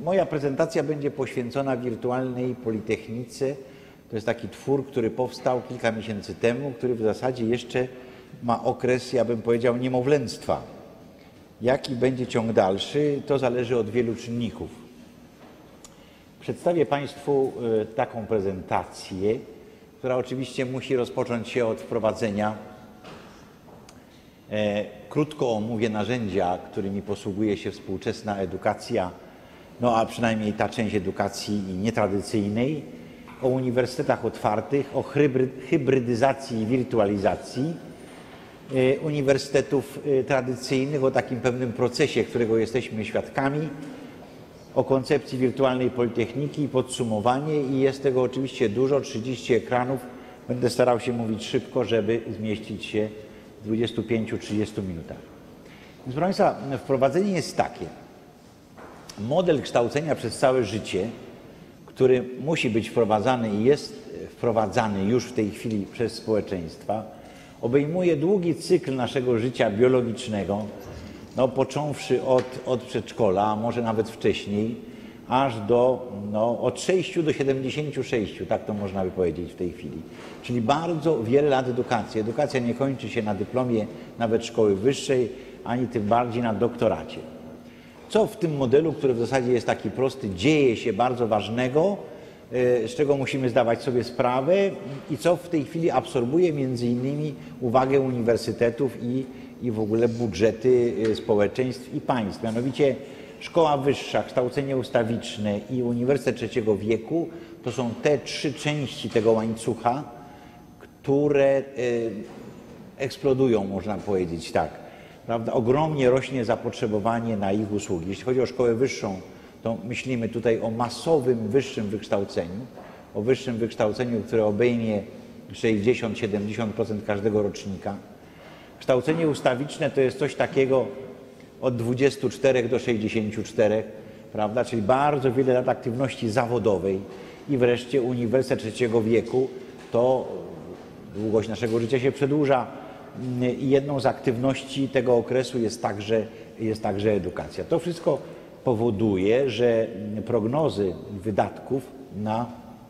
Moja prezentacja będzie poświęcona wirtualnej Politechnice. To jest taki twór, który powstał kilka miesięcy temu, który w zasadzie jeszcze ma okres, ja bym powiedział, niemowlęctwa. Jaki będzie ciąg dalszy, to zależy od wielu czynników. Przedstawię Państwu taką prezentację, która oczywiście musi rozpocząć się od wprowadzenia. Krótko omówię narzędzia, którymi posługuje się współczesna edukacja, no a przynajmniej ta część edukacji nietradycyjnej, o uniwersytetach otwartych, o hybrydyzacji i wirtualizacji uniwersytetów tradycyjnych, o takim pewnym procesie, którego jesteśmy świadkami, o koncepcji wirtualnej Politechniki i podsumowanie, i jest tego oczywiście dużo, 30 ekranów. Będę starał się mówić szybko, żeby zmieścić się w 25-30 minutach. Więc proszę Państwa, wprowadzenie jest takie. Model kształcenia przez całe życie, który musi być wprowadzany i jest wprowadzany już w tej chwili przez społeczeństwa, obejmuje długi cykl naszego życia biologicznego, no, począwszy od przedszkola, a może nawet wcześniej, aż do, od 6 do 76, tak to można by powiedzieć w tej chwili. Czyli bardzo wiele lat edukacji. Edukacja nie kończy się na dyplomie nawet szkoły wyższej, ani tym bardziej na doktoracie. Co w tym modelu, który w zasadzie jest taki prosty, dzieje się bardzo ważnego, z czego musimy zdawać sobie sprawę i co w tej chwili absorbuje między innymi uwagę uniwersytetów i w ogóle budżety społeczeństw i państw. Mianowicie szkoła wyższa, kształcenie ustawiczne i uniwersytet trzeciego wieku to są te trzy części tego łańcucha, które eksplodują, można powiedzieć tak. Prawda? Ogromnie rośnie zapotrzebowanie na ich usługi. Jeśli chodzi o szkołę wyższą, to myślimy tutaj o masowym wyższym wykształceniu, o wyższym wykształceniu, które obejmie 60-70% każdego rocznika. Kształcenie ustawiczne to jest coś takiego od 24 do 64, prawda? Czyli bardzo wiele lat aktywności zawodowej. I wreszcie Uniwersytet Trzeciego Wieku, to długość naszego życia się przedłuża i jedną z aktywności tego okresu jest także edukacja. To wszystko powoduje, że prognozy wydatków na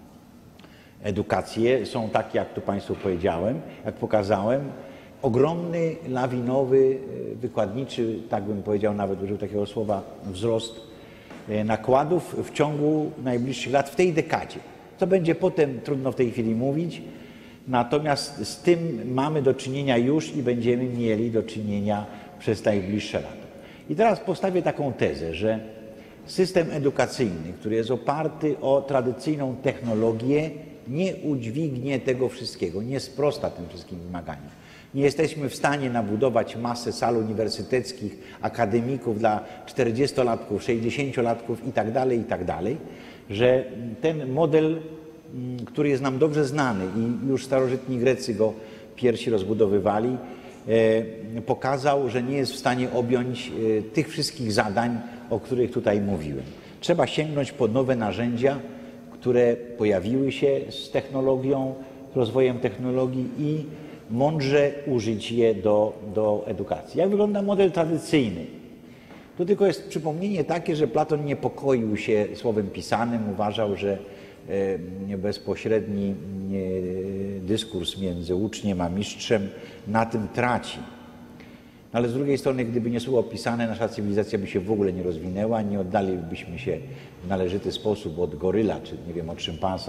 edukację są takie, jak tu Państwu powiedziałem, jak pokazałem. Ogromny, lawinowy, wykładniczy, tak bym powiedział, nawet użył takiego słowa, wzrost nakładów w ciągu najbliższych lat, w tej dekadzie. Co będzie potem, trudno w tej chwili mówić, natomiast z tym mamy do czynienia już i będziemy mieli do czynienia przez najbliższe lata. I teraz postawię taką tezę, że system edukacyjny, który jest oparty o tradycyjną technologię, nie udźwignie tego wszystkiego, nie sprosta tym wszystkim wymaganiom. Nie jesteśmy w stanie nabudować masę sal uniwersyteckich, akademików dla 40-latków, 60-latków itd., że ten model, który jest nam dobrze znany i już starożytni Grecy go pierwsi rozbudowywali, pokazał, że nie jest w stanie objąć tych wszystkich zadań, o których tutaj mówiłem. Trzeba sięgnąć po nowe narzędzia, które pojawiły się z technologią, rozwojem technologii i mądrze użyć je do edukacji. Jak wygląda model tradycyjny? To tylko jest przypomnienie takie, że Platon niepokoił się słowem pisanym, uważał, że bezpośredni dyskurs między uczniem a mistrzem na tym traci. Ale z drugiej strony, gdyby nie słowo pisane, nasza cywilizacja by się w ogóle nie rozwinęła, nie oddalibyśmy się w należyty sposób od goryla, czy nie wiem, od szympansa.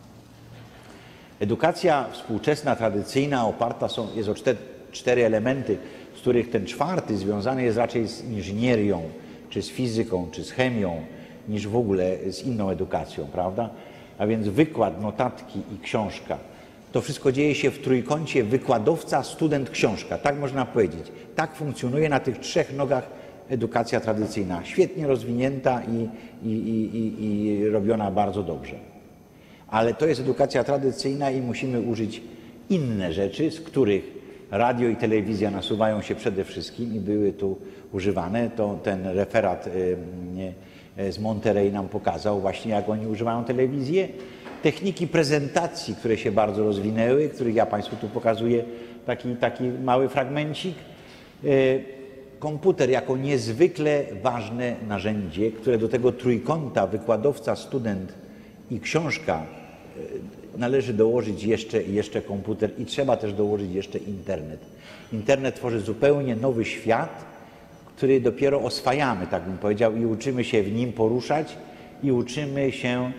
Edukacja współczesna, tradycyjna oparta jest o cztery elementy, z których ten czwarty związany jest raczej z inżynierią, czy z fizyką, czy z chemią, niż w ogóle z inną edukacją, prawda? A więc wykład, notatki i książka. To wszystko dzieje się w trójkącie wykładowca, student, książka. Tak można powiedzieć. Tak funkcjonuje na tych trzech nogach edukacja tradycyjna. Świetnie rozwinięta i robiona bardzo dobrze. Ale to jest edukacja tradycyjna i musimy użyć inne rzeczy, z których radio i telewizja nasuwają się przede wszystkim i były tu używane. To ten referat z Monterey nam pokazał właśnie, jak oni używają telewizję. Techniki prezentacji, które się bardzo rozwinęły, których ja Państwu tu pokazuję taki mały fragmencik. komputer jako niezwykle ważne narzędzie, które do tego trójkąta wykładowca, student i książka należy dołożyć jeszcze komputer i trzeba też dołożyć jeszcze internet. Internet tworzy zupełnie nowy świat, który dopiero oswajamy, tak bym powiedział, i uczymy się w nim poruszać i uczymy się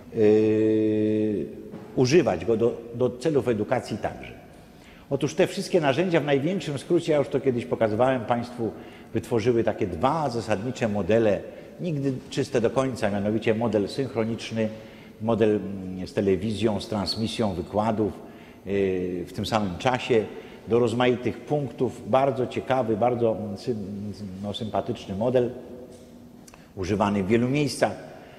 używać go do celów edukacji także. Otóż te wszystkie narzędzia w największym skrócie, ja już to kiedyś pokazywałem Państwu, wytworzyły takie dwa zasadnicze modele, nigdy czyste do końca, mianowicie model synchroniczny, model z telewizją, z transmisją wykładów w tym samym czasie, do rozmaitych punktów, bardzo ciekawy, bardzo sympatyczny model, używany w wielu miejscach.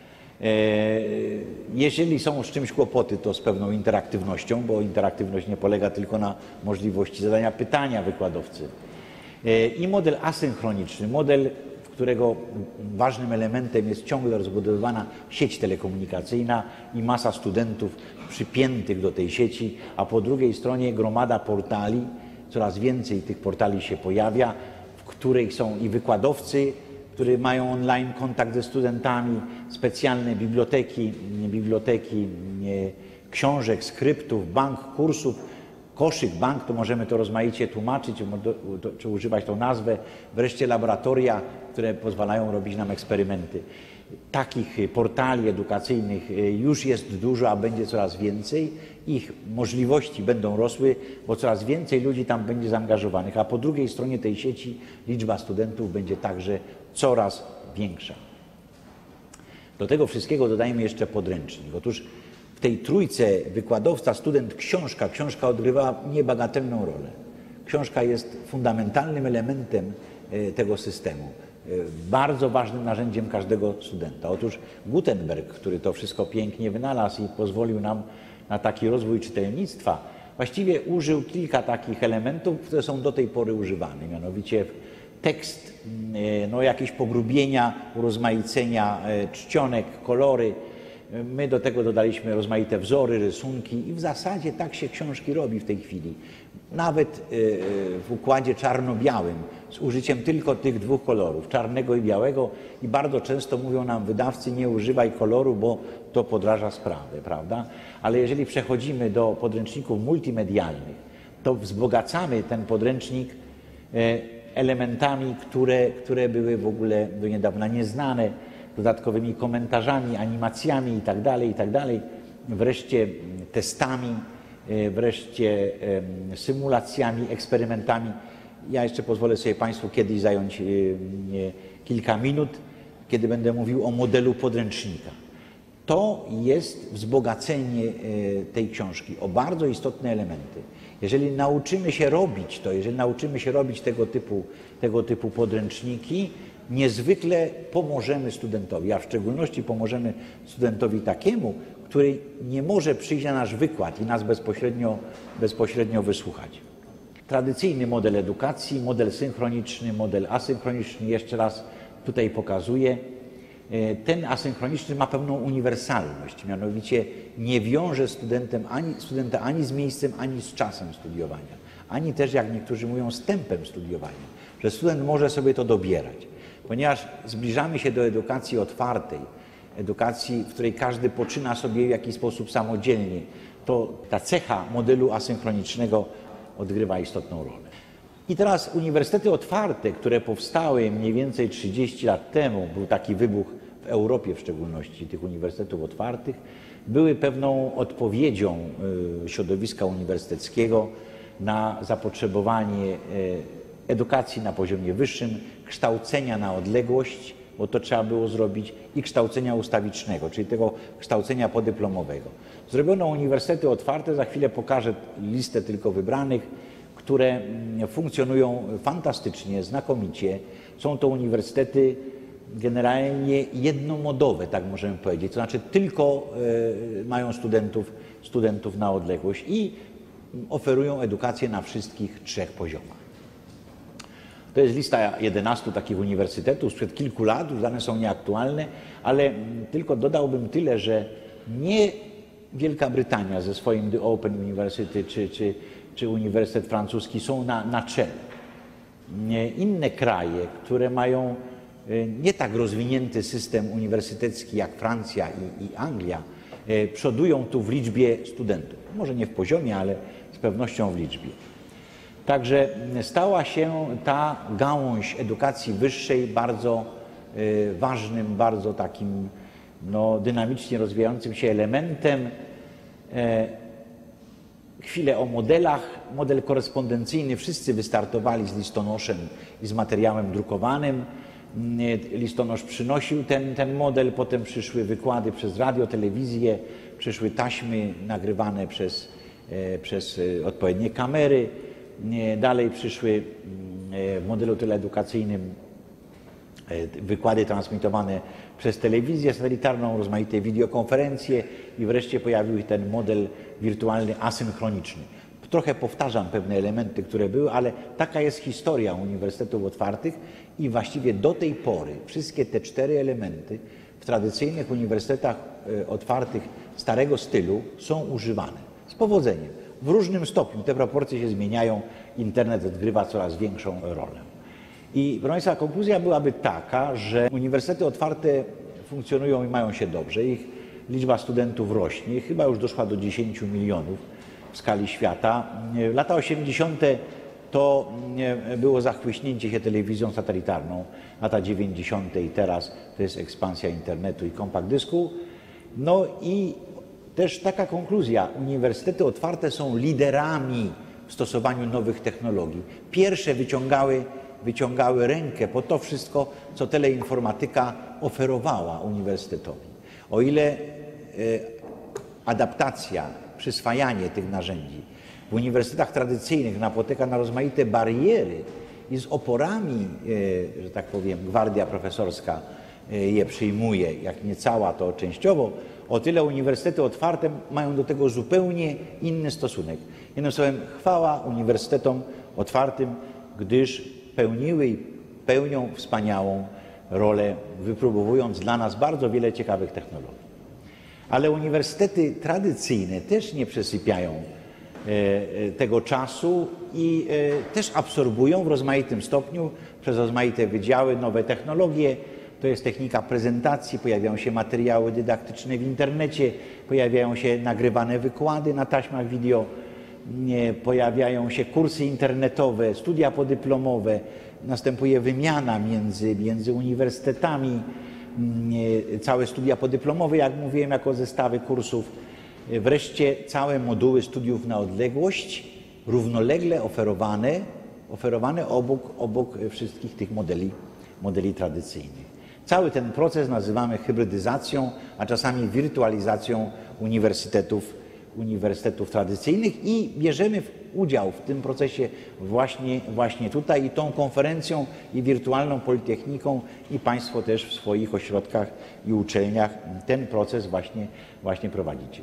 Jeżeli są z czymś kłopoty, to z pewną interaktywnością, bo interaktywność nie polega tylko na możliwości zadania pytania wykładowcy. I model asynchroniczny, model, którego ważnym elementem jest ciągle rozbudowywana sieć telekomunikacyjna i masa studentów przypiętych do tej sieci, a po drugiej stronie gromada portali, coraz więcej tych portali się pojawia, w których są i wykładowcy, którzy mają online kontakt ze studentami, specjalne biblioteki książek, skryptów, bank kursów, koszyk, bank, to możemy to rozmaicie tłumaczyć, czy używać tą nazwę, wreszcie laboratoria, które pozwalają robić nam eksperymenty. Takich portali edukacyjnych już jest dużo, a będzie coraz więcej. Ich możliwości będą rosły, bo coraz więcej ludzi tam będzie zaangażowanych, a po drugiej stronie tej sieci liczba studentów będzie także coraz większa. Do tego wszystkiego dodajmy jeszcze podręcznik. Otóż w tej trójce wykładowca, student, książka. Książka odgrywa niebagatelną rolę. Książka jest fundamentalnym elementem tego systemu. Bardzo ważnym narzędziem każdego studenta. Otóż Gutenberg, który to wszystko pięknie wynalazł i pozwolił nam na taki rozwój czytelnictwa, właściwie użył kilka takich elementów, które są do tej pory używane. Mianowicie tekst, jakieś pogrubienia, urozmaicenia czcionek, kolory. My do tego dodaliśmy rozmaite wzory, rysunki i w zasadzie tak się książki robi w tej chwili. Nawet w układzie czarno-białym, z użyciem tylko tych dwóch kolorów, czarnego i białego, i bardzo często mówią nam wydawcy: nie używaj koloru, bo to podraża sprawę, prawda? Ale jeżeli przechodzimy do podręczników multimedialnych, to wzbogacamy ten podręcznik elementami, które były w ogóle do niedawna nieznane, dodatkowymi komentarzami, animacjami itd., wreszcie testami, wreszcie symulacjami, eksperymentami. Ja jeszcze pozwolę sobie Państwu kiedyś zająć kilka minut, kiedy będę mówił o modelu podręcznika. To jest wzbogacenie tej książki o bardzo istotne elementy. Jeżeli nauczymy się robić to, jeżeli nauczymy się robić tego typu podręczniki, niezwykle pomożemy studentowi, a w szczególności pomożemy studentowi takiemu, który nie może przyjść na nasz wykład i nas bezpośrednio wysłuchać. Tradycyjny model edukacji, model synchroniczny, model asynchroniczny, jeszcze raz tutaj pokazuję. Ten asynchroniczny ma pewną uniwersalność, mianowicie nie wiąże studenta ani z miejscem, ani z czasem studiowania, ani też, jak niektórzy mówią, z tempem studiowania, że student może sobie to dobierać. Ponieważ zbliżamy się do edukacji otwartej, edukacji, w której każdy poczyna sobie w jakiś sposób samodzielnie, to ta cecha modelu asynchronicznego odgrywa istotną rolę. I teraz uniwersytety otwarte, które powstały mniej więcej 30 lat temu, był taki wybuch w Europie w szczególności tych uniwersytetów otwartych, były pewną odpowiedzią środowiska uniwersyteckiego na zapotrzebowanie edukacji na poziomie wyższym, kształcenia na odległość, bo to trzeba było zrobić, i kształcenia ustawicznego, czyli tego kształcenia podyplomowego. Zrobiono uniwersytety otwarte, za chwilę pokażę listę tylko wybranych, które funkcjonują fantastycznie, znakomicie. Są to uniwersytety generalnie jednomodowe, tak możemy powiedzieć, to znaczy tylko mają studentów na odległość i oferują edukację na wszystkich 3 poziomach. To jest lista 11 takich uniwersytetów sprzed kilku lat, już dane są nieaktualne, ale tylko dodałbym tyle, że nie Wielka Brytania ze swoim The Open University czy Uniwersytet Francuski są na czele. inne kraje, które mają nie tak rozwinięty system uniwersytecki jak Francja i Anglia, przodują tu w liczbie studentów. Może nie w poziomie, ale z pewnością w liczbie. Także stała się ta gałąź edukacji wyższej bardzo ważnym, bardzo takim dynamicznie rozwijającym się elementem. Chwilę o modelach. Model korespondencyjny, wszyscy wystartowali z listonoszem i z materiałem drukowanym. Listonosz przynosił ten model, potem przyszły wykłady przez radio, telewizję, przyszły taśmy nagrywane przez odpowiednie kamery. Dalej przyszły w modelu teleedukacyjnym wykłady transmitowane przez telewizję satelitarną, rozmaite wideokonferencje i wreszcie pojawił się ten model wirtualny asynchroniczny. Trochę powtarzam pewne elementy, które były, ale taka jest historia uniwersytetów otwartych i właściwie do tej pory wszystkie te 4 elementy w tradycyjnych uniwersytetach otwartych starego stylu są używane z powodzeniem. W różnym stopniu te proporcje się zmieniają, internet odgrywa coraz większą rolę. I proszę Państwa, konkluzja byłaby taka, że uniwersytety otwarte funkcjonują i mają się dobrze. Ich liczba studentów rośnie, chyba już doszła do 10 milionów w skali świata. Lata 80. to było zachłyśnięcie się telewizją satelitarną, lata 90. i teraz to jest ekspansja internetu i compact dysku. No i też taka konkluzja, uniwersytety otwarte są liderami w stosowaniu nowych technologii. Pierwsze wyciągały rękę po to wszystko, co teleinformatyka oferowała uniwersytetowi. O ile adaptacja, przyswajanie tych narzędzi w uniwersytetach tradycyjnych napotyka na rozmaite bariery i z oporami, że tak powiem, gwardia profesorska je przyjmuje, jak nie cała, to częściowo, o tyle uniwersytety otwarte mają do tego zupełnie inny stosunek. Jednym słowem, chwała uniwersytetom otwartym, gdyż pełniły i pełnią wspaniałą rolę, wypróbowując dla nas bardzo wiele ciekawych technologii. Ale uniwersytety tradycyjne też nie przesypiają tego czasu i też absorbują w rozmaitym stopniu przez rozmaite wydziały nowe technologie. To jest technika prezentacji, pojawiają się materiały dydaktyczne w internecie, pojawiają się nagrywane wykłady na taśmach wideo, pojawiają się kursy internetowe, studia podyplomowe, następuje wymiana między uniwersytetami, całe studia podyplomowe, jak mówiłem, jako zestawy kursów, wreszcie całe moduły studiów na odległość, równolegle oferowane obok wszystkich tych modeli tradycyjnych. Cały ten proces nazywamy hybrydyzacją, a czasami wirtualizacją uniwersytetów tradycyjnych i bierzemy udział w tym procesie właśnie tutaj i tą konferencją i wirtualną politechniką i Państwo też w swoich ośrodkach i uczelniach ten proces właśnie prowadzicie.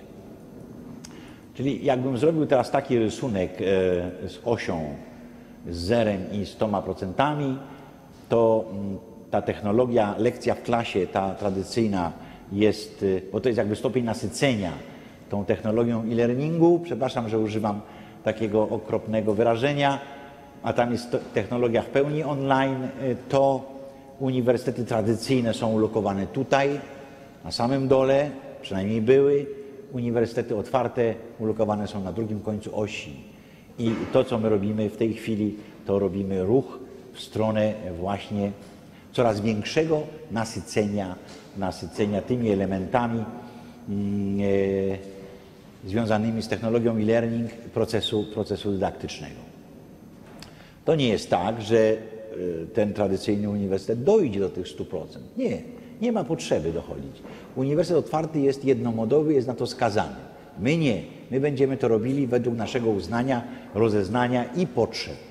Czyli jakbym zrobił teraz taki rysunek z osią, z zerem i 100%, to ta technologia, lekcja w klasie, ta tradycyjna jest, bo to jest jakby stopień nasycenia tą technologią e-learningu, przepraszam, że używam takiego okropnego wyrażenia, a tam jest technologia w pełni online, to uniwersytety tradycyjne są ulokowane tutaj, na samym dole, przynajmniej były, uniwersytety otwarte ulokowane są na drugim końcu osi. I to, co my robimy w tej chwili, to robimy ruch w stronę właśnie coraz większego nasycenia tymi elementami związanymi z technologią e-learning procesu dydaktycznego. To nie jest tak, że ten tradycyjny uniwersytet dojdzie do tych 100%. Nie ma potrzeby dochodzić. Uniwersytet otwarty jest jednomodowy, jest na to skazany. My nie. My będziemy to robili według naszego uznania, rozeznania i potrzeb.